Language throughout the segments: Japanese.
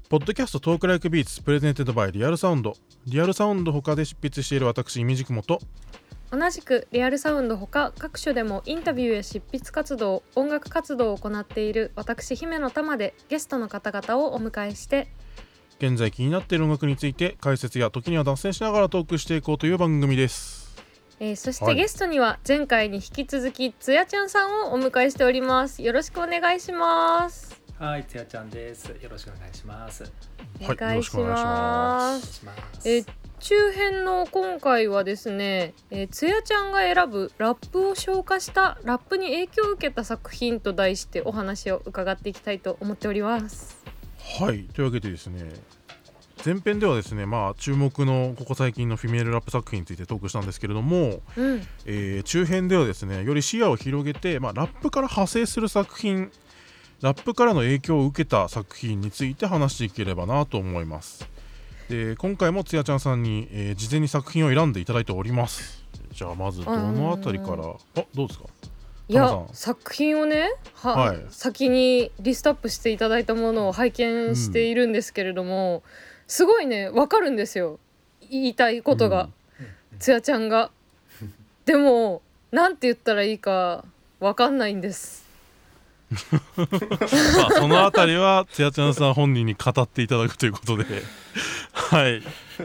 ポッドキャストトークライクビーツプレゼンテッドバイリアルサウンド。リアルサウンド他で執筆している私イミジクモと、 同じくリアルサウンド他各所でもインタビューや執筆活動、音楽活動を行っている私姫の玉でゲストの方々をお迎えして現在気になっている音楽について解説や時には脱線しながらトークしていこうという番組です。 そしてゲストには前回に引き続きつやちゃんさんをお迎えしております。よろしくお願いします。 はい、つやちゃんです。よろしくお願いします。 お願いします。 お願いします。 中編の今回はですね、つやちゃんが選ぶラップを消化したラップに影響を受けた作品と題してお話を伺っていきたいと思っております。 はい、というわけでですね、前編ではですね、注目のここ最近のフィメールラップ作品についてトークしたんですけれども、中編ではですね、より視野を広げて、ラップから派生する作品、ラップからの影響を受けた作品について話していければなと思います。で、今回もつやちゃんさんに、事前に作品を選んでいただいております。じゃあまずどのあたりから、どうですか？ いや、作品をね、先にリストアップしていただいたものを拝見しているんですけれども、すごいね、わかるんですよ、言いたいことが、つやちゃんが。でもなんて言ったらいいかわかんないんです。 そのあたりはつやちゃんさん本人に語っていただくということではい。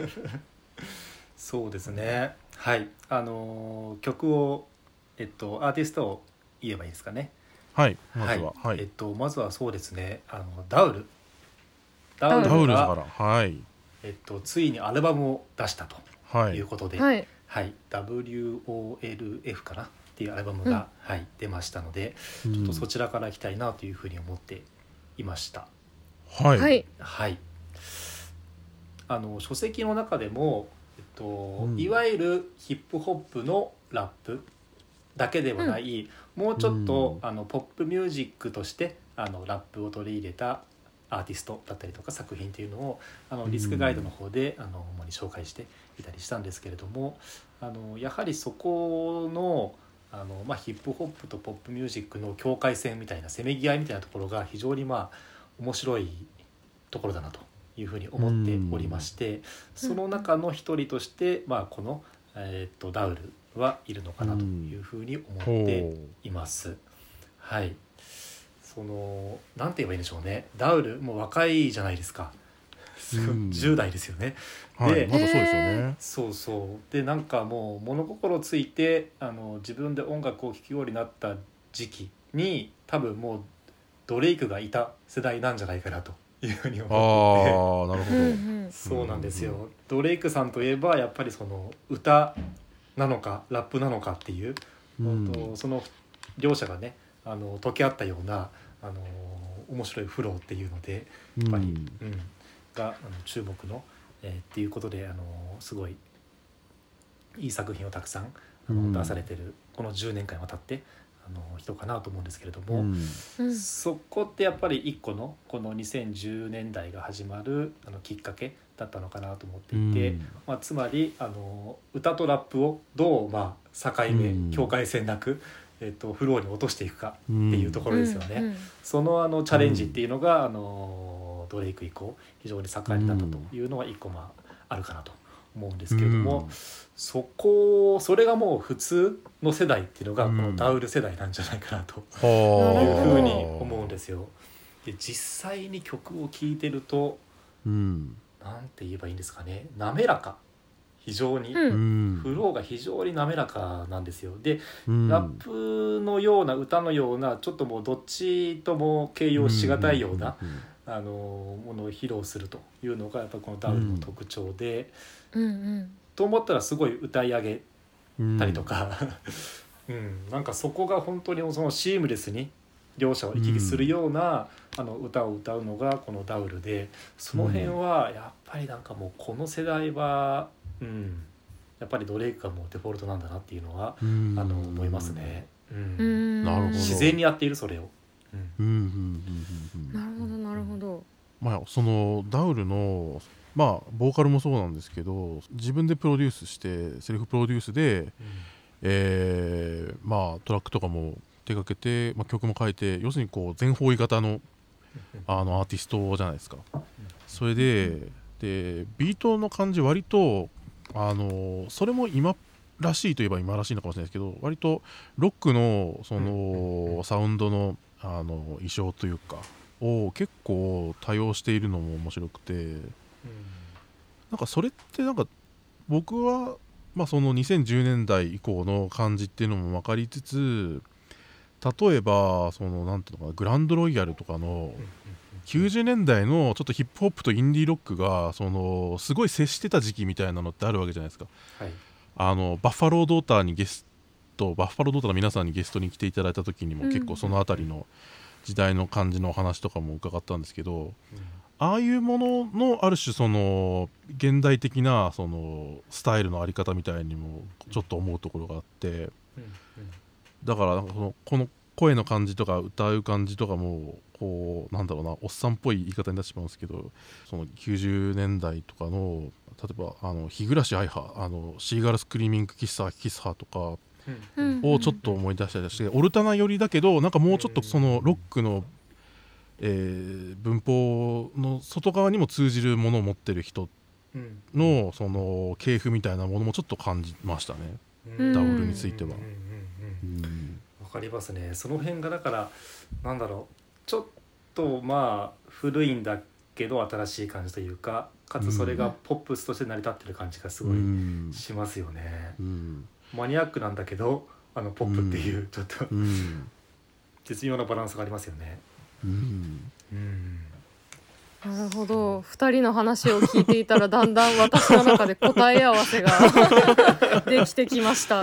そうですね。はい。曲をアーティストを言えばいいですかね。 はい。まずは、 はい。まずはそうですね。ダウルがはい。 ついにアルバムを出したということで、 はい。 WOLF かなっていうアルバムが、出ましたので、ちょっとそちらからいきたいなというふうに思っていました。 はい。 書籍の中でも、いわゆるヒップホップのラップだけではない、もうちょっと、ポップミュージックとしてラップを取り入れたアーティストだったりとか作品っていうのをリスクガイドの方で主に紹介していたりしたんですけれども、やはりそこのヒップホップとポップミュージックの境界線みたいなせめぎ合いみたいなところが非常に面白いところだなというふうに思っておりまして、その中の一人として、この、ダウルはいるのかなというふうに思っています。はい。なんて言えばいいんでしょうね。ダウルもう若いじゃないですか。10代ですよね。で、 まだそうですよね。 そうで、なんかもう物心ついて自分で音楽を聴くようになった時期に多分もうドレイクがいた世代なんじゃないかなというふうに思っていて。 なるほど。 そうなんですよ。ドレイクさんといえばやっぱりその歌なのかラップなのかっていう、その両者がね溶け合ったような面白いフローっていうのでやっぱり、が注目の、っていうことですごいいい作品をたくさん出されてるこの10年間にわたって人かなと思うんですけれども、そこってやっぱり一個のこの2010年代が始まるきっかけだったのかなと思っていて、つまり歌とラップをどう境目、境界線なくフローに落としていくかっていうところですよね。そのチャレンジっていうのがドレイク以降非常に盛んになったというのは一個あるかなと思うんですけれども、それがもう普通の世代っていうのがこのダウル世代なんじゃないかなというふうに思うんですよ。で、実際に曲を聴いてると、なんて言えばいいんですかね、滑らか、非常に、フローが非常に滑らかなんですよ。で、ラップのような歌のようなちょっともうどっちとも形容しがたいようなものを披露するというのがやっぱこのダウルの特徴で、と思ったらすごい歌い上げたりとか、なんかそこが本当にそのシームレスに両者を行き来するような歌を歌うのがこのダウルで、その辺はやっぱりなんかもうこの世代はやっぱりドレイクがもうデフォルトなんだなっていうのは思いますね。 なるほど。 自然にやっているそれを。 なるほど。 そのダウルのボーカルもそうなんですけど、自分でプロデュースしてセルフプロデュースで、トラックとかも手掛けて、曲も書いて、要するにこう全方位型のアーティストじゃないですか。それでビートの感じ割とそれも今らしいといえば今らしいのかもしれないですけど、割とロックのそのサウンドの衣装というかを結構多用しているのも面白くて、なんかそれってなんか僕はその2010年代以降の感じっていうのも分かりつつ、例えばそのなんていうのかな、グランドロイヤルとかの90年代のちょっとヒップホップとインディーロックがそのすごい接してた時期みたいなのってあるわけじゃないですか。 はい、 バッファロードーターの皆さんにゲストに来ていただいた時にも結構そのあたりの時代の感じのお話とかも伺ったんですけど、ああいうもののある種その現代的なそのスタイルのあり方みたいにもちょっと思うところがあって、だからなんかこの声の感じとか歌う感じとかもこうなんだろうな、おっさんっぽい言い方になってしまうんですけど、その90年代とかの例えば日暮愛葉シーガルスクリーミングキッサーとかをちょっと思い出したりして、オルタナ寄りだけどなんかもうちょっとそのロックの、文法の外側にも通じるものを持ってる人のその系譜みたいなものもちょっと感じましたね、ダブルについては。 わかりますね。その辺がだからなんだろう、ちょっとまあ古いんだけど新しい感じというか、かつそれがポップスとして成り立ってる感じがすごいしますよね。マニアックなんだけどポップっていうちょっと絶妙なバランスがありますよね。 なるほど。2人の話を聞いていたらだんだん私の中で答え合わせができてきました。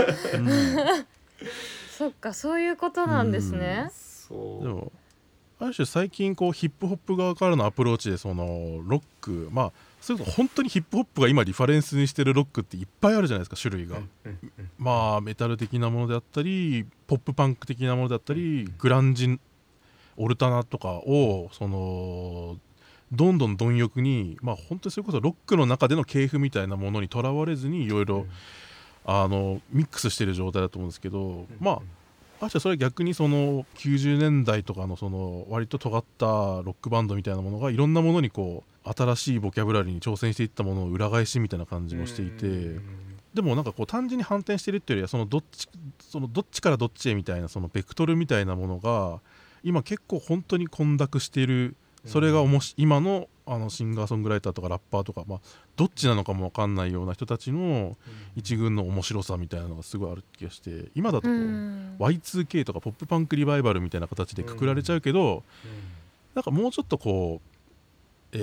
そっか、そういうことなんですね。 そうでもある種最近こうヒップホップ側からのアプローチでそのロック、それこそ本当にヒップホップが今リファレンスにしてるロックっていっぱいあるじゃないですか、種類が。メタル的なものであったりポップパンク的なものであったりグランジオルタナとかをそのどんどん貪欲に、本当にそれこそロックの中での系譜みたいなものにとらわれずにいろいろミックスしてる状態だと思うんですけど、あとはそれは逆にその90年代とかのその割と尖ったロックバンドみたいなものがいろんなものにこう新しいボキャブラリーに挑戦していったものを裏返しみたいな感じもしていて、でもなんかこう単純に反転してるっていうよりはそのどっちからどっちへみたいなそのベクトルみたいなものが今結構本当に混濁している。それが今のシンガーソングライターとかラッパーとか、どっちなのかも分かんないような人たちの一群の面白さみたいなのがすごいある気がして、今だとこう Y2K とかポップパンクリバイバルみたいな形でくくられちゃうけど、なんかもうちょっとこう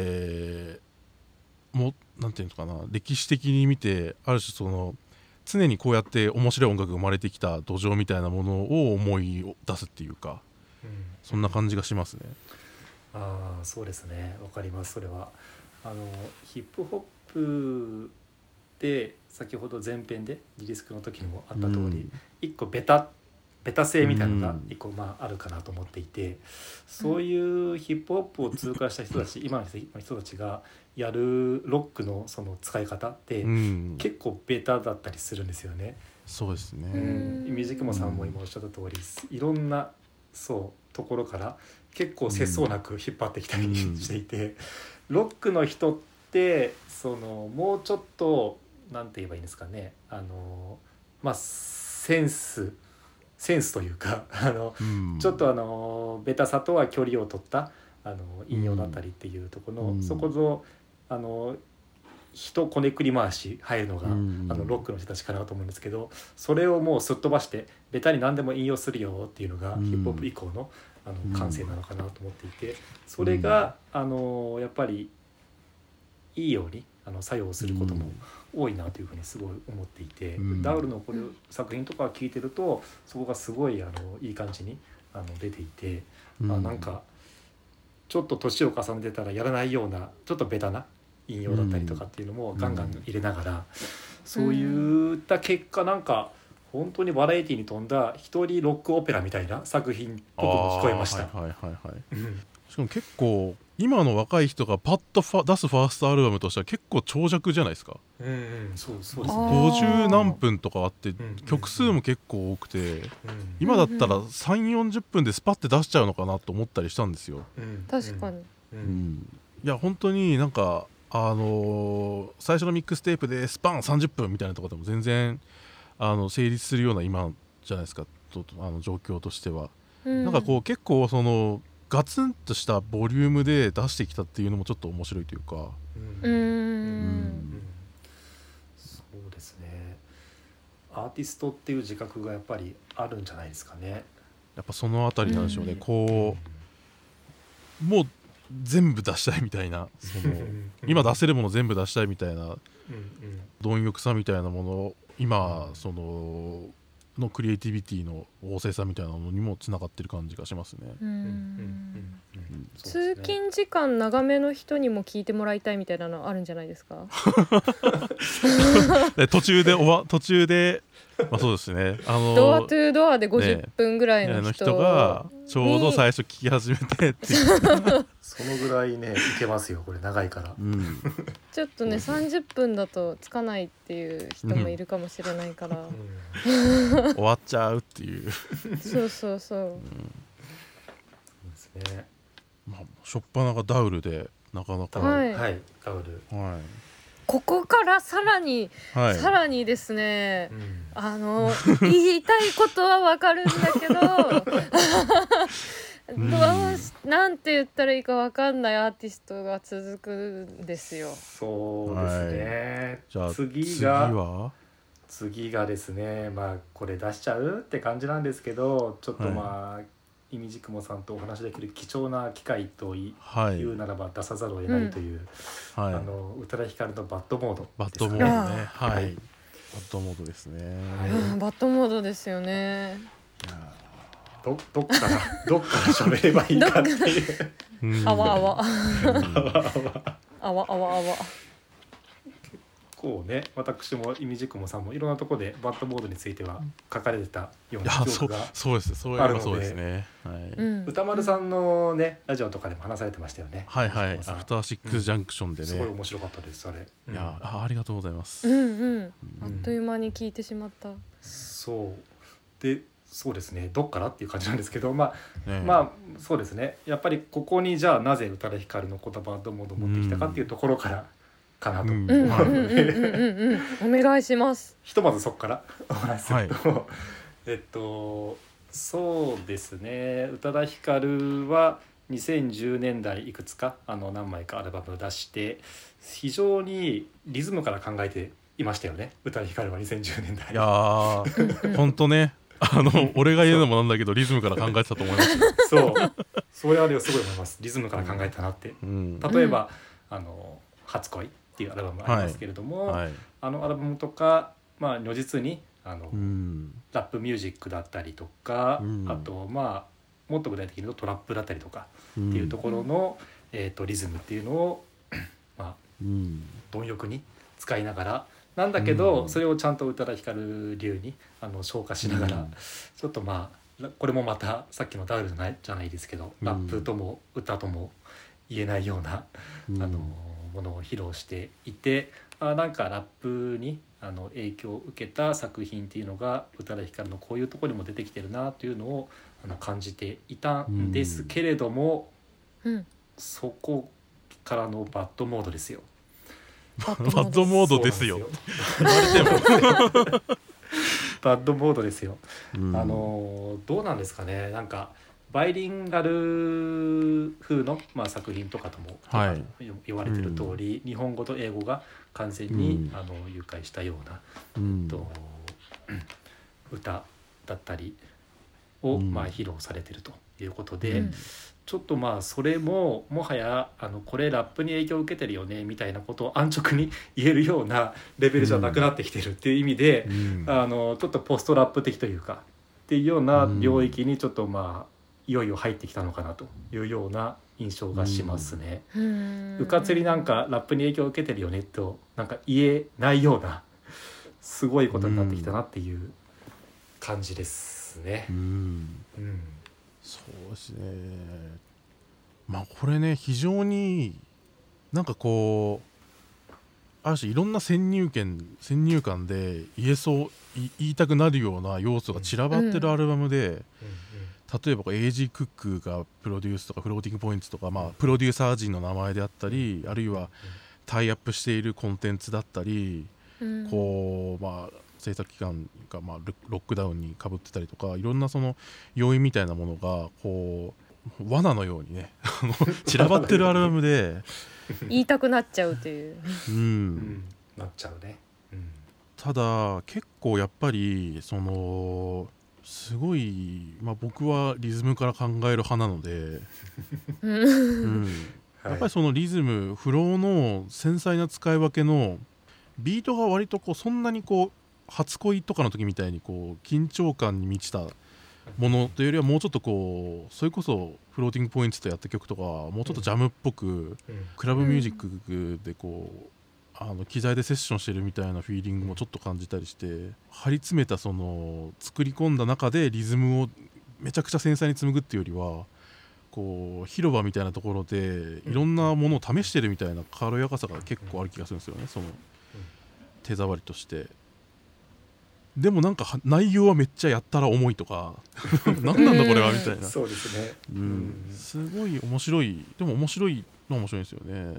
もうなんていうのかな、歴史的に見てある種その常にこうやって面白い音楽が生まれてきた土壌みたいなものを思い出すっていうか、そんな感じがしますね。 そうですね、わかります。それはヒップホップで先ほど前編でリリスクの時にもあった通り、一個ベタ性みたいなのが一個あるかなと思っていて、そういうヒップホップを通過した人たち、今の人たちがやるロックのその使い方って結構ベタだったりするんですよね。 そうですね。 ミュージックモさんも今おっしゃった通り、いろんなところから結構節操なく引っ張ってきたりしていて、ロックの人ってそのもうちょっとなんて言えばいいんですかね、センスというかちょっとベタさとは距離を取った引用だったりっていうところの、そこぞ人こねくり回し入るのがロックの人たちかなと思うんですけど、それをもうすっ飛ばしてベタに何でも引用するよっていうのがヒップホップ以降の感性なのかなと思っていて、それがやっぱりいいように作用することも多いなというふうにすごい思っていて、ダウルのこれ作品とか聞いてるとそこがすごいいい感じに出ていて、なんかちょっと年を重ねてたらやらないようなちょっとベタな引用だったりとかっていうのもガンガン入れながら、そういった結果なんか本当にバラエティに富んだ一人ロックオペラみたいな作品っぽくも聞こえました。 しかも結構今の若い人がパッと出すファーストアルバムとしては結構長尺じゃないですか。 そうですね。 50何分とかあって、曲数も結構多くて、今だったら3、40分でスパッて出しちゃうのかなと思ったりしたんですよ。 確かに、 いや本当になんか最初のミックステープでスパン30分みたいなところでも全然成立するような今じゃないですか、状況としては、なんかこう結構そのガツンとしたボリュームで出してきたっていうのもちょっと面白いというか、 そうですね。アーティストっていう自覚がやっぱりあるんじゃないですかね。 やっぱそのあたりなんでしょうね、こうもう全部出したいみたいな、その今出せるもの全部出したいみたいな貪欲さみたいなものを今そのクリエイティビティの旺盛さみたいなのにもつながってる感じがしますね。 通勤時間長めの人にも聞いてもらいたいみたいなのあるんじゃないですか途中でまあそうですね、 ドアトゥードアで50分ぐらいの人がちょうど最初聞き始めてっていうそのぐらいねいけますよ、これ長いから、 ちょっとね30分だとつかないっていう人もいるかもしれないから、 終わっちゃうっていうそうそうそう、 ですね。 まあ初っ端がダウルでなかなか、 ダウル、 ここからさらにですね、言いたいことはわかるんだけどなんて言ったらいいかわかんないアーティストが続くんですよ。 そうですね、 じゃあ次がですね、まあこれ出しちゃうって感じなんですけど、ちょっとまあいみじくもさんとお話できる貴重な機会と言うならば出さざるを得ないという、宇多田ヒカルのバッドモードですね。 バッドモードですね。 バッドモードですよね。 どっから喋ればいいかっていうあわあわあわあわこうね、私もいみじくもさんもいろんなところでバッドモードについては書かれてたような記憶があるので、歌丸さんのねラジオとかでも話されてましたよね。 アフターシックスジャンクションでね、 すごい面白かったですあれ。 いやありがとうございます。 あっという間に聞いてしまった。 そうですね、どっからっていう感じなんですけど、まあそうですね、やっぱりここにじゃあなぜ宇多田ヒカルのバッドモードを持ってきたかっていうところからかなと思うので、 お願いします。 ひとまずそこからお話しすると、そうですね、宇多田ヒカルは2010年代いくつか何枚かアルバムを出して非常にリズムから考えていましたよね、宇多田ヒカルは2010年代。 いや本当ね、俺が言うのもなんだけどリズムから考えてたと思いますそれはすごい思います。リズムから考えたなって、例えば初恋っていうアルバムありますけれども、アルバムとか、如実にラップミュージックだったりとか、あともっと具体的に言うとトラップだったりとかっていうところの、リズムっていうのを貪欲に使いながらなんだけど、それをちゃんと宇多田ヒカル流に消化しながら、ちょっとこれもまたさっきのダウルじゃないですけど、ラップとも歌とも言えないようなものを披露していて、なんかラップに影響を受けた作品っていうのが宇多田ヒカルのこういうところにも出てきてるなというのを感じていたんですけれども、そこからのバッドモードですよ。 バッドモードですよ。 バッドモードですよ。どうなんですかね。なんかバイリンガル風の、作品とかとも、言われてる通り、日本語と英語が完全に、融解したような、歌だったりを、披露されてるということで、ちょっとそれももはやこれラップに影響を受けてるよねみたいなことを安直に言えるようなレベルじゃなくなってきてるっていう意味で、ちょっとポストラップ的というかっていうような領域にちょっといよいよ入ってきたのかなというような印象がしますね。うかつになんかラップに影響を受けてるよねとなんか言えないようなすごいことになってきたなっていう感じですね。 そうですね。 まあこれね非常になんかこうある種いろんな先入観で言いたくなるような要素が散らばってるアルバムで、例えばエイジ・クックがプロデュースとかフローティングポイントとか、まあ、プロデューサー陣の名前であったり、あるいはタイアップしているコンテンツだったり、こうまあ制作期間がまあロックダウンにかぶってたりとか、いろんなその要因みたいなものがこう罠のようにね散らばってるアルバムで言いたくなっちゃうという、 なっちゃうね、 ただ結構やっぱりそのすごい、まあ、僕はリズムから考える派なので、やっぱりそのリズムフローの繊細な使い分けのビートが割とこうそんなにこう初恋とかの時みたいにこう緊張感に満ちたものというよりは、もうちょっとこうそれこそフローティングポイントとやった曲とかもうちょっとジャムっぽく、クラブミュージックでこう機材でセッションしてるみたいなフィーリングもちょっと感じたりして、張り詰めたその作り込んだ中でリズムをめちゃくちゃ繊細に紡ぐっていうよりは、こう広場みたいなところでいろんなものを試してるみたいな軽やかさが結構ある気がするんですよね、その手触りとして。でもなんか内容はめっちゃやったら重いとか何なんだこれはみたいな、 そうですね、 すごい面白い。でも面白いのは面白いですよね。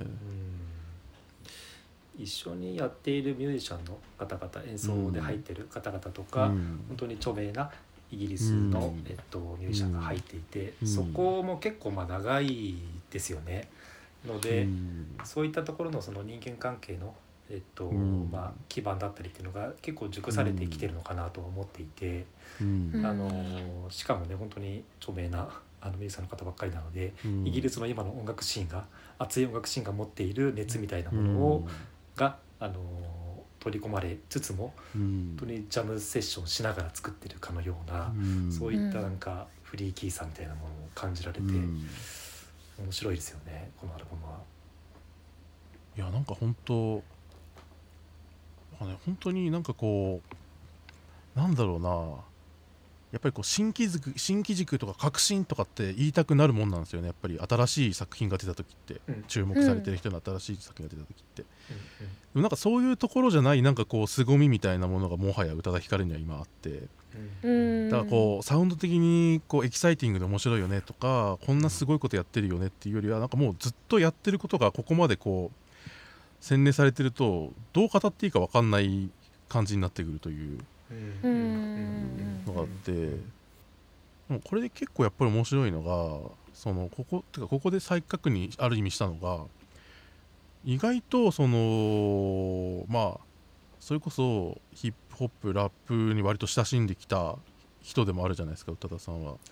一緒にやっているミュージシャンの方々、演奏で入っている方々とか、本当に著名なイギリスの、ミュージシャンが入っていて、そこも結構まあ長いですよね。ので、そういったところのその人間関係の、まあ、基盤だったりっていうのが結構熟されてきてるのかなと思っていて、しかもね本当に著名なミュージシャンの方ばっかりなので、イギリスの今の音楽シーンが熱い音楽シーンが持っている熱みたいなものを、が取り込まれつつも、本当にジャムセッションしながら作ってるかのような、そういったなんかフリーキーさみたいなものを感じられて、面白いですよねこのアルバムは。 いやなんか本当本当になんかこうなんだろうな、やっぱりこう新機軸とか革新とかって言いたくなるもんなんですよね。やっぱり新しい作品が出た時って、注目されてる人の新しい作品が出た時って、でもなんかそういうところじゃない、なんかこう凄みみたいなものがもはや宇多田ヒカルには今あって、だからこうサウンド的にこうエキサイティングで面白いよねとか、こんなすごいことやってるよねっていうよりは、なんかもうずっとやってることがここまでこう洗練されてるとどう語っていいか分かんない感じになってくるというのがあって、でもこれで結構やっぱり面白いのが、そのここで再確認ある意味したのが、意外とそのまあそれこそヒップホップラップに割と親しんできた人でもあるじゃないですか宇多田さんは。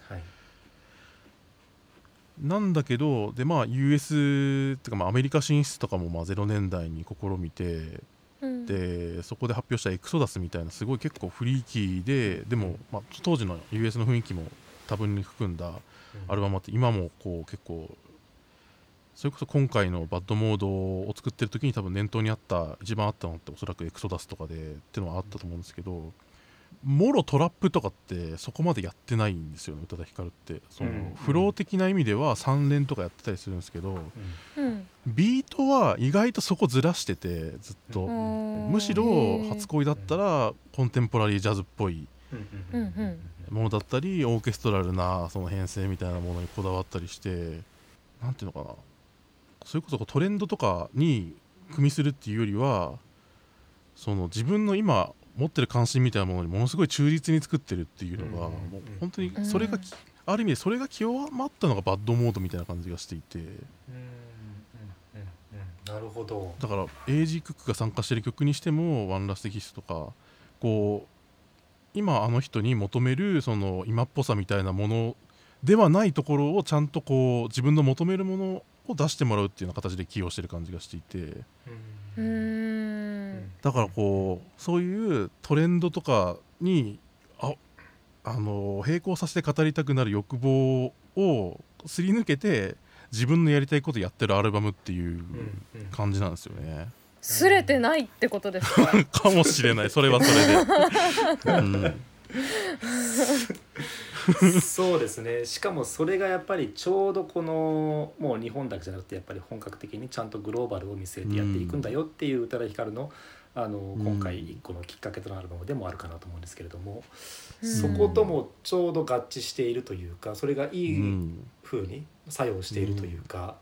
なんだけどでまあ US ってかまあアメリカ進出とかもまあ0年代に試みて、でそこで発表したエクソダスみたいなすごい結構フリーキーでも、まあ、当時の US の雰囲気も多分に含んだアルバムって、今もこう結構それこそ今回のバッドモードを作ってる時に多分念頭に一番あったのっておそらくエクソダスとかでっていうのはあったと思うんですけど、もろトラップとかってそこまでやってないんですよね宇多田ヒカルって。そのフロー的な意味では3連とかやってたりするんですけど、ビートは意外とそこずらしてて、ずっとむしろ初恋だったらコンテンポラリージャズっぽいものだったり、オーケストラルなその編成みたいなものにこだわったりして、なんていうのかな、それこそトレンドとかに組みするっていうよりは、その自分の今持ってる関心みたいなものにものすごい忠実に作ってるっていうのが、もう本当にそれが、ある意味でそれが極まったのがバッドモードみたいな感じがしていて、 なるほど。 だからエイジ・クックが参加してる曲にしてもワンラステキスとか、こう今あの人に求めるその今っぽさみたいなものではないところをちゃんとこう自分の求めるものを出してもらうっていうような形で起用してる感じがしていて、だからこうそういうトレンドとかに並行させて語りたくなる欲望をすり抜けて自分のやりたいことやってるアルバムっていう感じなんですよね。 すれてないってことですかかもしれない、それはそれでそうですね。しかもそれがやっぱりちょうどこのもう日本だけじゃなくてやっぱり本格的にちゃんとグローバルを見据えてやっていくんだよっていう宇多田ヒカルの今回一個のきっかけとなるのでもあるかなと思うんですけれども、そこともちょうど合致しているというか、それがいい風に作用しているというか、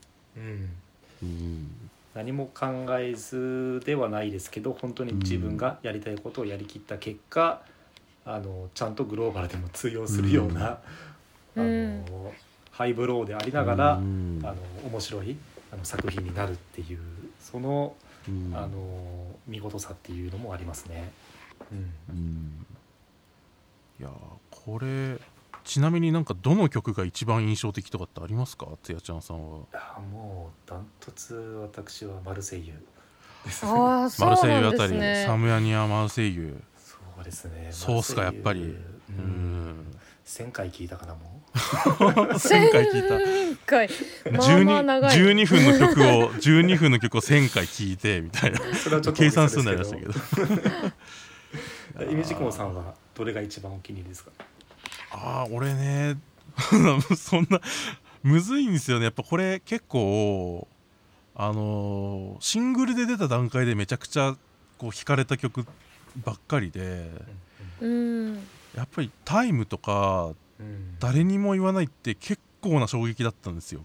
何も考えずではないですけど、本当に自分がやりたいことをやりきった結果、ちゃんとグローバルでも通用するような、ハイブローでありながら、面白い作品になるっていう、その、見事さっていうのもありますね。 いやこれちなみになんかどの曲が一番印象的とかってありますか、つやちゃんさんは。 もうダントツ私はマルセイユですね。マルセイユあたり、サムヤニアマルセイユ。 そうですね。 そうっすか、やっぱり。 1000回聞いたかな、もう。 1000回聞いた。12分の曲を1000回聞いてみたいな。 それはちょっと計算数になりましたけど。 イメージクモさんはどれが一番お気に入りですか。 俺ねそんなむずいんですよね。やっぱこれ結構シングルで出た段階でめちゃくちゃこう弾かれた曲ばっかりで、やっぱりタイムとか、誰にも言わないって結構な衝撃だったんですよ。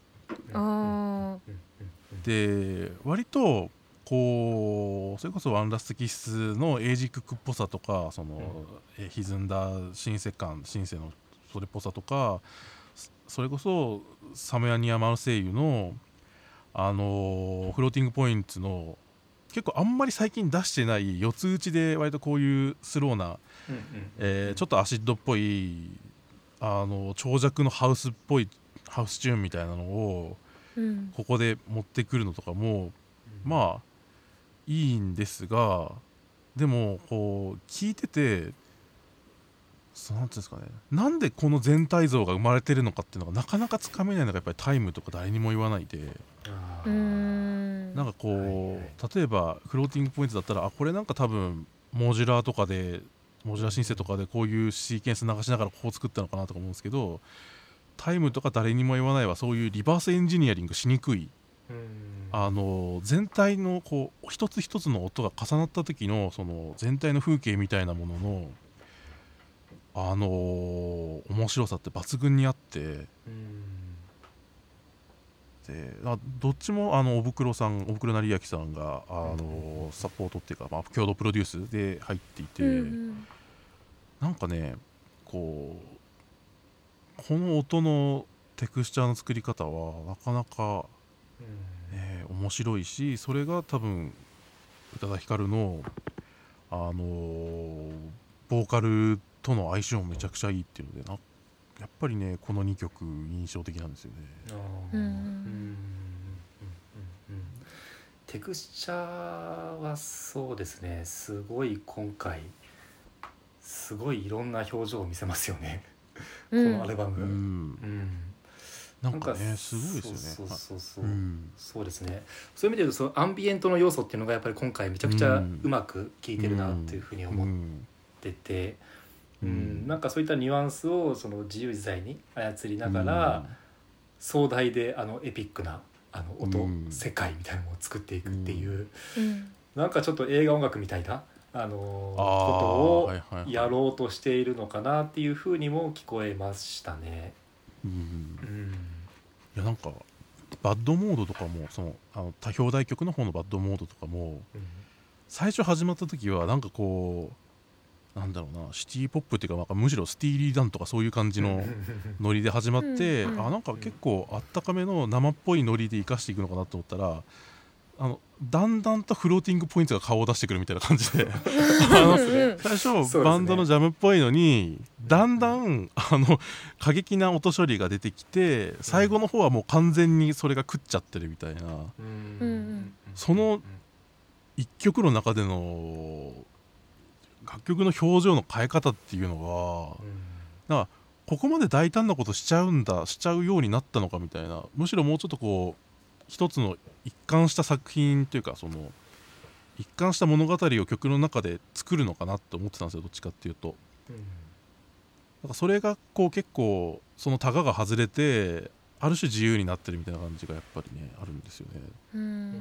で割とこうそれこそワンラストキスのエイジクックっぽさとか、その、歪んだシンセのそれっぽさとか、それこそサムヤニアマルセイユのフローティングポイントの結構あんまり最近出してない四つ打ちで割とこういうスローな、ちょっとアシッドっぽい長尺のハウスっぽいハウスチューンみたいなのを、ここで持ってくるのとかも、まあいいんですが、でもこう聞いててなんていうんですかね、なんでこの全体像が生まれてるのかっていうのがなかなかつかめないのがやっぱりタイムとか誰にも言わないで、なんかこう、例えばフローティングポイントだったらこれなんか多分モジュラーとかでモジュラーシンセとかでこういうシーケンス流しながらこう作ったのかなとか思うんですけど、タイムとか誰にも言わないはそういうリバースエンジニアリングしにくい、全体のこう一つ一つの音が重なった時のその全体の風景みたいなものの面白さって抜群にあって、でどっちもおぶくろ成明さんがサポートっていうか、共同プロデュースで入っていて、なんかねこの音のテクスチャーの作り方はなかなか、面白いし、それが多分宇多田ヒカルのボーカルとの相性もめちゃくちゃいいっていうのでやっぱりねこの2曲印象的なんですよね。 テクスチャーはそうですね、すごい今回すごいいろんな表情を見せますよねこのアルバム。 なんかねすごいですよね。 そうですね。そういう意味で言うとそのアンビエントの要素っていうのがやっぱり今回めちゃくちゃうまく効いてるなっていうふうに思ってて、なんかそういったニュアンスをその自由自在に操りながら、壮大でエピックな音、世界みたいなのを作っていくっていう、なんかちょっと映画音楽みたいなことをやろうとしているのかなっていうふうにも聞こえましたね。 いやなんかバッドモードとかもその多表題曲の方のバッドモードとかも、最初始まった時はなんかこうなんだろうな、シティポップっていうか、なんかむしろスティーリーダンとかそういう感じのノリで始まってなんか結構あったかめの生っぽいノリで生かしていくのかなと思ったら、だんだんとフローティングポイントが顔を出してくるみたいな感じで最初バンドのジャムっぽいのに、だんだん過激な音処理が出てきて、最後の方はもう完全にそれが食っちゃってるみたいな、その一曲の中での楽曲の表情の変え方っていうのが、なんかここまで大胆なことしちゃうようになったのかみたいな、むしろもうちょっとこう一つの一貫した作品というか、その一貫した物語を曲の中で作るのかなって思ってたんですよ、どっちかっていうと。 かそれがこう結構そのタガが外れてある種自由になってるみたいな感じがやっぱりねあるんですよね。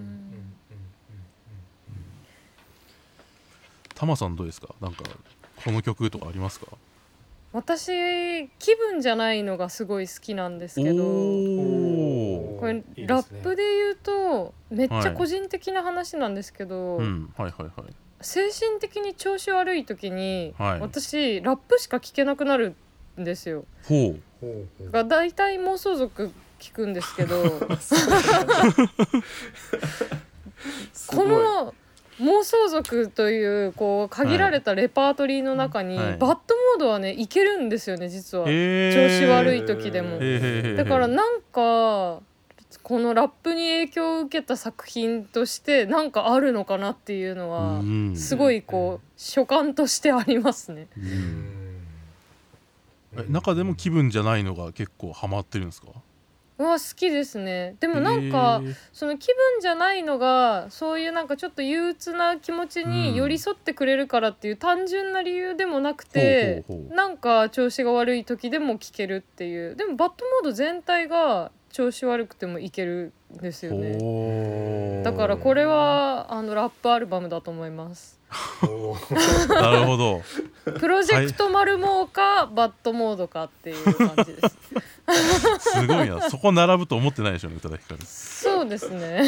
タマさんどうですか？なんかこの曲とかありますか？ 私気分じゃないのがすごい好きなんですけど、これいいですね。 ラップで言うとめっちゃ個人的な話なんですけど、 うんはいはいはい。 精神的に調子悪い時に、 はい、 私ラップしか聴けなくなるんですよ。 ほうがだいたい妄想族聞くんですけどこの妄想族というこう限られたレパートリーの中に、バッドモードはねいけるんですよね実は、調子悪い時でも。だからなんかこのラップに影響を受けた作品としてなんかあるのかなっていうのはすごいこう所感としてありますね。 中でも気分じゃないのが結構ハマってるんですか？ 好きですね。でもなんかその気分じゃないのがそういうなんかちょっと憂鬱な気持ちに寄り添ってくれるからっていう単純な理由でもなくて、なんか調子が悪い時でも聴けるっていう。でもバッドモード全体が調子悪くてもいけるんですよね。だからこれはラップアルバムだと思います。 なるほど。 プロジェクトマルモーかバッドモードかっていう感じです。 すごいな、そこ並ぶと思ってないでしょうね、宇多田ヒカル。 そうですね。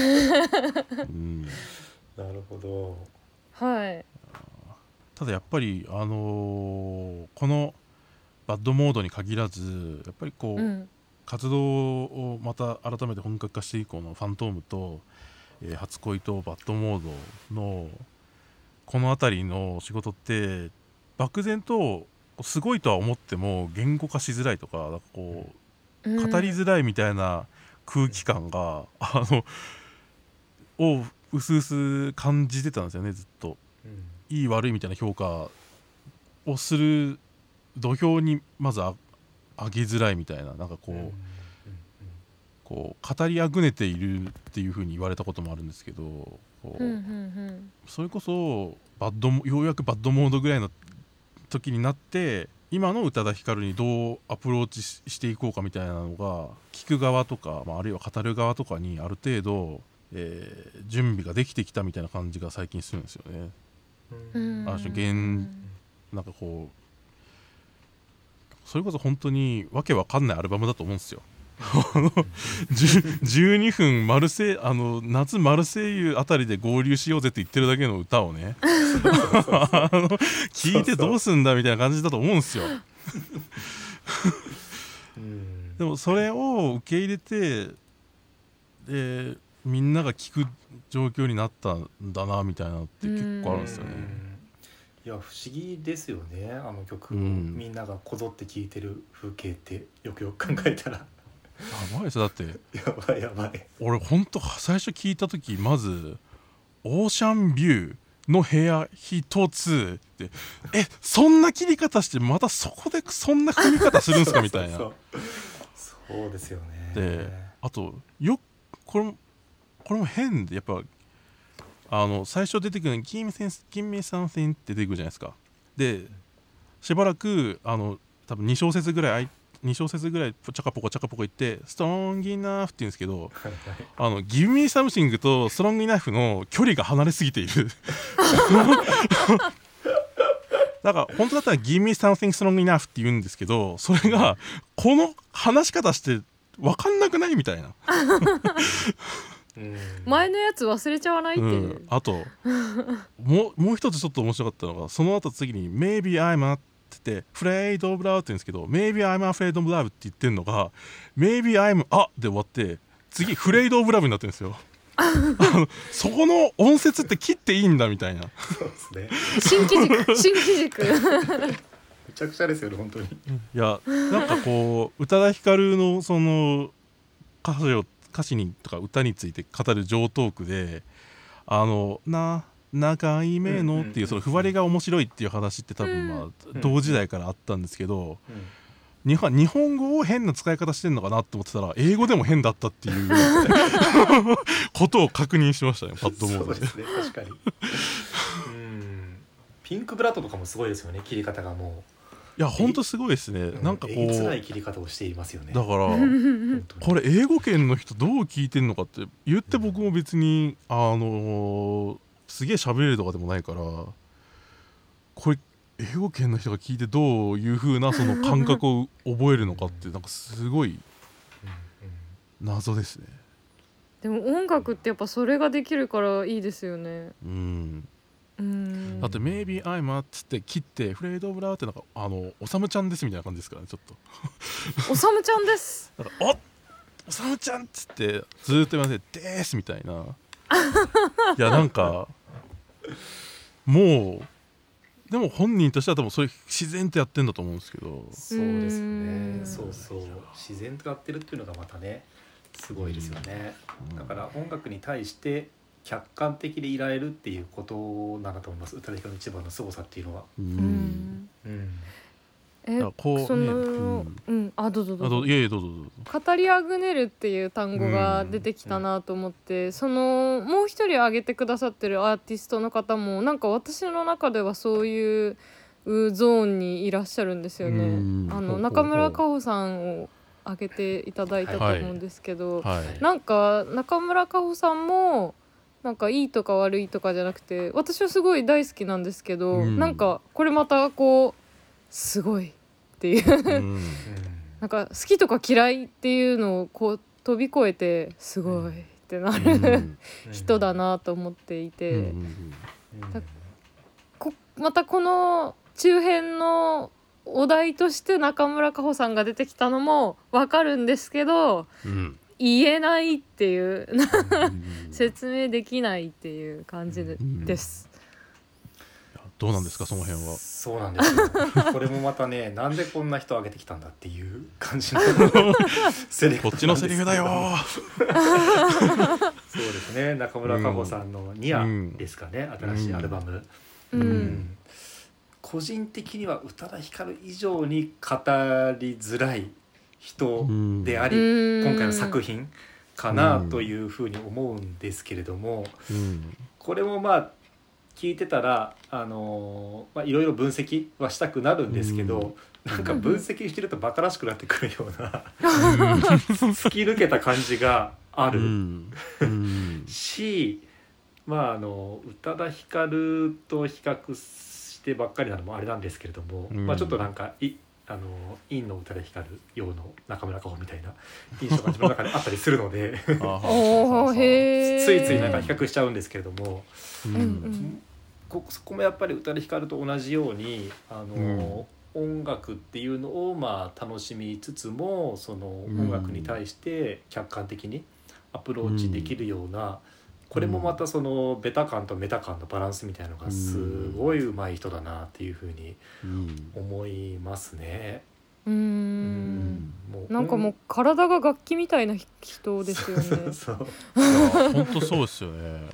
なるほど。 はい。 ただやっぱりこのバッドモードに限らずやっぱりこう、活動をまた改めて本格化して以降のファントームと、初恋とバッドモードのこの辺りの仕事って漠然とすごいとは思っても言語化しづらいとか、なんかこう語りづらいみたいな空気感がをうすうす感じてたんですよね、ずっと。いい悪いみたいな評価をする土俵にまず上げづらいみたいな、なんかこう語りあぐねているっていう風に言われたこともあるんですけど、それこそようやくバッドモードぐらいの時になって今の宇多田ヒカルにどうアプローチしていこうかみたいなのが聞く側とか、あるいは語る側とかにある程度、準備ができてきたみたいな感じが最近するんですよね。なんかこうそれこそ本当にわけわかんないアルバムだと思うんですよ。12分夏マルセイユあたりで合流しようぜって言ってるだけの歌をね聞いてどうすんだみたいな感じだと思うんですよ。でもそれを受け入れてみんなが聞く状況になったんだなみたいなって結構あるんですよね。 いや不思議ですよね、あの曲をみんながこぞって聴いてる風景ってよくよく考えたらやばいです。だってやばい俺ほんと最初聞いた時まずオーシャンビューの部屋一つってそんな切り方してまたそこでそんな組み方するんですかみたいなそうですよね。 であとこれも変でやっぱ最初出てくるのに Give me something って出てくるじゃないですか。でしばらく多分2小節ぐらいチャカポコ言ってストロングイナフって言うんですけどGive me something とストロングイナフの距離が離れすぎているだから本当だったら Give me something strong enough って言うんですけど、それがこの話し方して分かんなくないみたいな前のやつ忘れちゃわないっていう、 あともう一つちょっと面白かったのが、その後次に Maybe I'm a ってAfraid of Love って言うんですけど、 Maybe I'm afraid of love って言ってるのが Maybe I'm a で終わって次 Afraid of love になってるんですよそこの音節って切っていいんだみたいな。 そうですね、 新機軸めちゃくちゃですよね本当に。 いやなんかこう宇多田ヒカルのその歌詞にとか歌について語る上トークで長い目のっていうそのふわりが面白いっていう話って多分同時代からあったんですけど、日本語を変な使い方してんのかなって思ってたら英語でも変だったっていうことを確認しましたね、パッドモードで。 そうですね、確かにピンクブラッドとかもすごいですよね、切り方がもやほんとすごいですね、なんかこうえげつない切り方をしていますよね。 だからこれ英語圏の人どう聞いてんのかって言って、僕も別にすげえ喋れるとかでもないから、これ英語圏の人が聞いてどういう風なその感覚を覚えるのかってなんかすごい謎ですね。 でも音楽ってやっぱそれができるからいいですよね。 だって「Maybe I'm a」っつって切って「フレード・オブ・ラー」ってなんかおさむちゃんですみたいな感じですからね、ちょっとおさむちゃんですなんかおさむちゃんっつってずーっと言わせて「でーす」みたいな。いやなんかもうでも本人としては多分それ自然とやってんだと思うんですけど。 そうですね。そう自然とやってるっていうのがまたねすごいですよね。だから音楽に対して客観的でいられるっていうことなんだと思います。宇多田ヒカルの一番の凄さっていうのは。 そのどうぞどうぞ。 いやいやどうぞどうぞ。 語りあぐねるっていう単語が出てきたなと思って、そのもう一人挙げてくださってるアーティストの方もなんか私の中ではそういうゾーンにいらっしゃるんですよね。中村佳穂さんを挙げていただいたと思うんですけど、なんか中村佳穂さんもなんかいいとか悪いとかじゃなくて私はすごい大好きなんですけど、なんかこれまたこうすごいっていうなんか好きとか嫌いっていうのをこう飛び越えてすごいってなる人だなと思っていて、またこの中編のお題として中村佳穂さんが出てきたのも分かるんですけど、言えないっていう説明できないっていう感じです。 どうなんですかその辺は。 そうなんですよこれもまたね、なんでこんな人を挙げてきたんだっていう感じのセリフこっちのセリフだよそうですね。中村佳穂さんのニアですかね、新しいアルバム、個人的には宇多田ヒカル以上に語りづらい人であり、今回の作品かなというふうに思うんですけれども、これもまあ聞いてたらいろいろ分析はしたくなるんですけど、なんか分析してるとバカらしくなってくるような突き抜けた感じがあるし、宇多田ヒカルと比較してばっかりなのもあれなんですけれども、ちょっとなんか陰の宇多田ヒカル陽の中村佳穂みたいな印象が自分の中であったりするのでついついなんか比較しちゃうんですけれども、そこもやっぱり宇多田ヒカルと同じように音楽っていうのを楽しみつつも、その音楽に対して客観的にアプローチできるような、これもまたそのベタ感とメタ感のバランスみたいなのがすごい上手い人だなっていうふうに思いますね。 なんかもう体が楽器みたいな人ですよね。 本当そうですよね。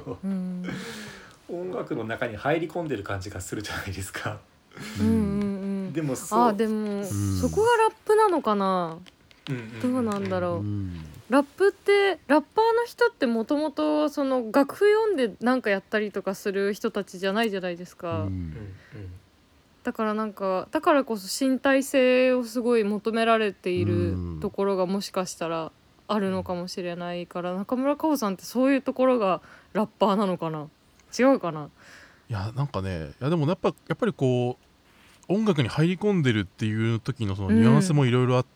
音楽の中に入り込んでる感じがするじゃないですか。でもそこがラップなのかな。どうなんだろう。ラップってラッパーの人ってもともとその楽譜読んでなんかやったりとかする人たちじゃないじゃないですか。だからなんかだからこそ身体性をすごい求められているところがもしかしたらあるのかもしれないから、中村佳穂さんってそういうところがラッパーなのかな、違うかな。 いやなんかね、いやでもやっぱりこう音楽に入り込んでるっていう時のそのニュアンスもいろいろあって、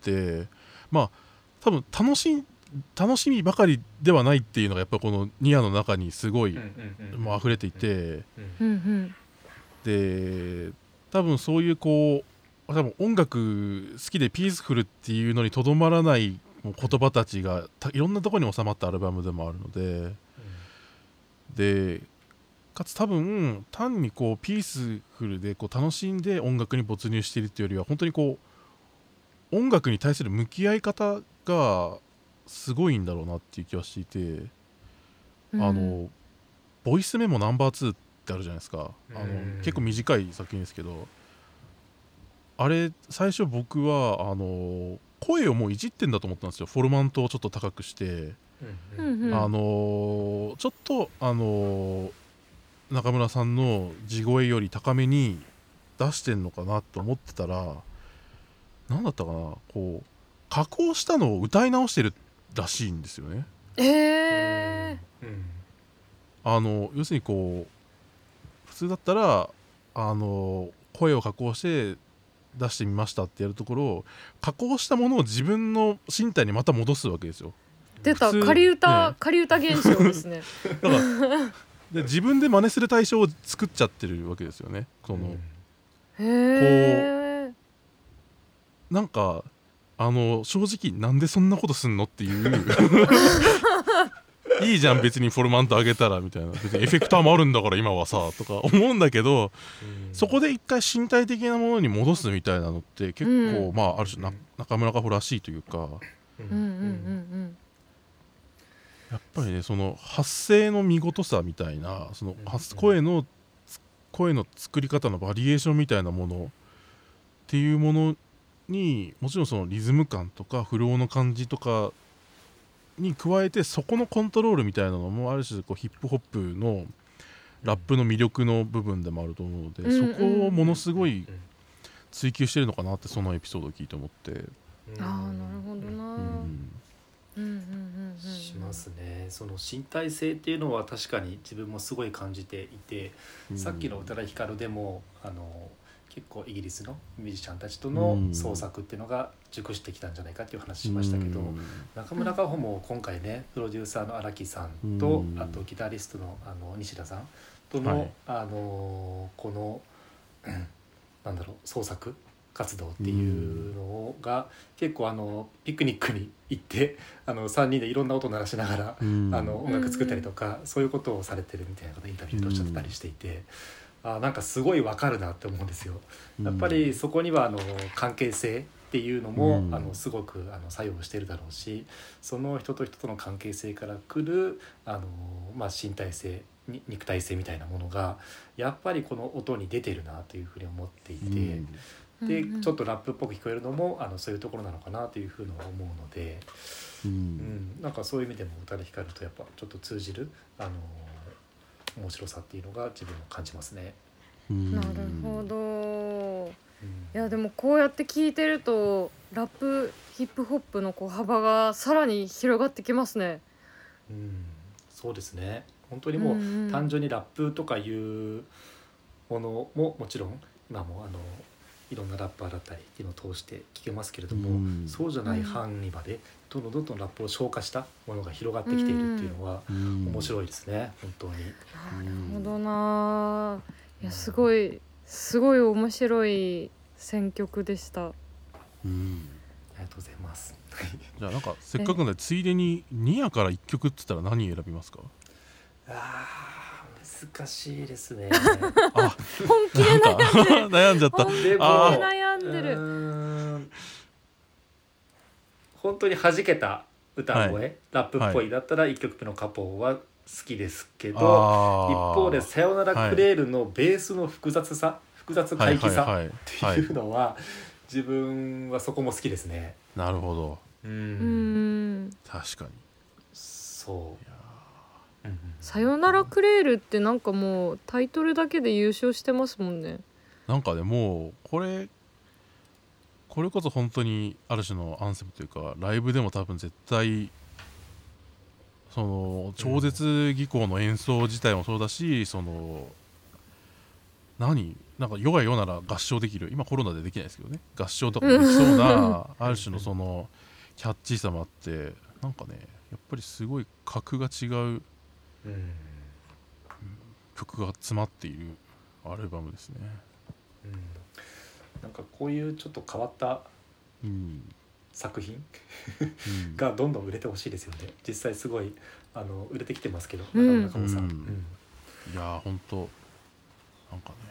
多分楽しみばかりではないっていうのがやっぱこのニアの中にすごいもう溢れていて、で多分そういう多分音楽好きでピースフルっていうのにとどまらない言葉たちがいろんなところに収まったアルバムでもあるので、でかつ多分単にピースフルで楽しんで音楽に没入しているっていうよりは、本当に音楽に対する向き合い方がすごいんだろうなっていう気はしていて、ボイスメモナンバー2ってあるじゃないですか。結構短い作品ですけど、あれ最初僕は声をもういじってんだと思ったんですよ。フォルマントをちょっと高くして、ちょっと中村さんの地声より高めに出してんのかなと思ってたら、何だったかな、こう加工したのを歌い直してるらしいんですよね。要するにこう普通だったら声を加工して出してみましたってやるところを、加工したものを自分の身体にまた戻すわけですよ。 出た仮歌、ね、仮歌現象ですね。 だからで自分で真似する対象を作っちゃってるわけですよね。そのへー、 こうなんか正直なんでそんなことすんのっていういいじゃん別にフォルマント上げたらみたいな、別にエフェクターもあるんだから今はさとか思うんだけど、そこで一回身体的なものに戻すみたいなのって結構、まあある種中村佳穂らしいというか、やっぱりねその発声の見事さみたいな、その声の作り方のバリエーションみたいなものっていうものに、もちろんそのリズム感とかフローの感じとかに加えて、そこのコントロールみたいなのもある種こうヒップホップのラップの魅力の部分でもあると思うので、そこをものすごい追求してるのかなってそのエピソードを聞いて思って、 ああなるほどな、 しますね。その身体性っていうのは確かに自分もすごい感じていて、さっきの宇多田ヒカルでも結構イギリスのミュージシャンたちとの創作っていうのが熟してきたんじゃないかっていう話しましたけど、中村佳穂も今回ねプロデューサーの荒木さんと、あとギタリストの西田さんとの、このなんだろう創作活動っていうのが結構ピクニックに行って3人でいろんな音を鳴らしながら音楽作ったりとか、そういうことをされてるみたいなことをインタビューでおっしゃってたりしていて、なんかすごいわかるなって思うんですよ。やっぱりそこには関係性っていうのもすごく作用してるだろうし、その人と人との関係性から来る身体性肉体性みたいなものがやっぱりこの音に出てるなというふうに思っていて、でちょっとラップっぽく聞こえるのもそういうところなのかなというふうに思うので、なんかそういう意味でも宇多田ヒカルとやっぱちょっと通じる面白さっていうのが自分も感じますね。 なるほど。いやでもこうやって聞いてるとラップヒップホップの幅がさらに広がってきますね。 そうですね。本当にもう単純にラップとかいうものももちろん今もいろんなラッパーだったりっていうのを通して聞けますけれども、そうじゃない範囲までどんどんラップを消化したものが広がってきているっていうのは面白いですね、本当に。 なるほどな。いやすごい面白い選曲でした。 ありがとうございます。 じゃあなんかせっかくなのでついでにニアから1曲って言ったら何選びますか？ 難しいですね。 本気で悩んじゃった。 本気で悩んでる。 本当に弾けた歌声、ラップっぽいだったら1曲目のカポーは好きですけど、一方でさよならクレールのベースの複雑回帰さっていうのは自分はそこも好きですね。 なるほど。確かにそう。 さよならクレールってなんかもうタイトルだけで優勝してますもんね。 なんかでもこれこそ本当にある種のアンセムというか、ライブでも多分絶対その超絶技巧の演奏自体もそうだし、そのなんか世が世なら合唱できる、今コロナでできないですけどね、合唱とかもできそうなある種のそのキャッチーさもあって、なんかねやっぱりすごい格が違う曲が詰まっているアルバムですね。 なんかこういうちょっと変わった作品がどんどん売れてほしいですよね。実際すごい売れてきてますけど、中村さん。 いや本当なんかね、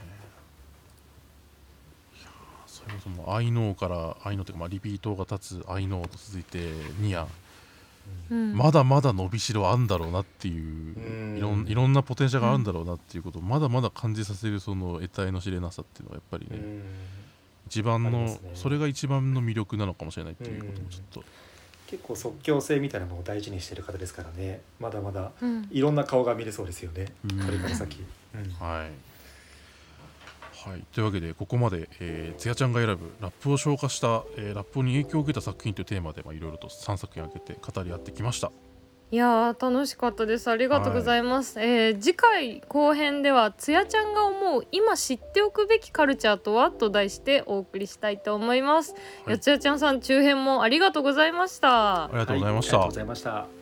いやそれこそもう「I know」から「I know」というかリピートが立つ「I know」と続いて「ニア」まだまだ伸びしろあんだろうなっていう、いろんなポテンシャルがあるんだろうなっていうことをまだまだ感じさせるその得体の知れなさっていうのはやっぱりね、一番のそれが一番の魅力なのかもしれないっていうこともちょっと結構即興性みたいなのを大事にしてる方ですからね、まだまだいろんな顔が見れそうですよね、これから先。 はい、というわけでここまで、つやちゃんが選ぶラップを消化した、ラップに影響を受けた作品というテーマでいろいろと3作品挙げて語り合ってきました。 いやー楽しかったです。ありがとうございます。次回後編ではつやちゃんが思う今知っておくべきカルチャーとはと題してお送りしたいと思います。つやちゃんさん中編もありがとうございました。 ありがとうございました。 ありがとうございました。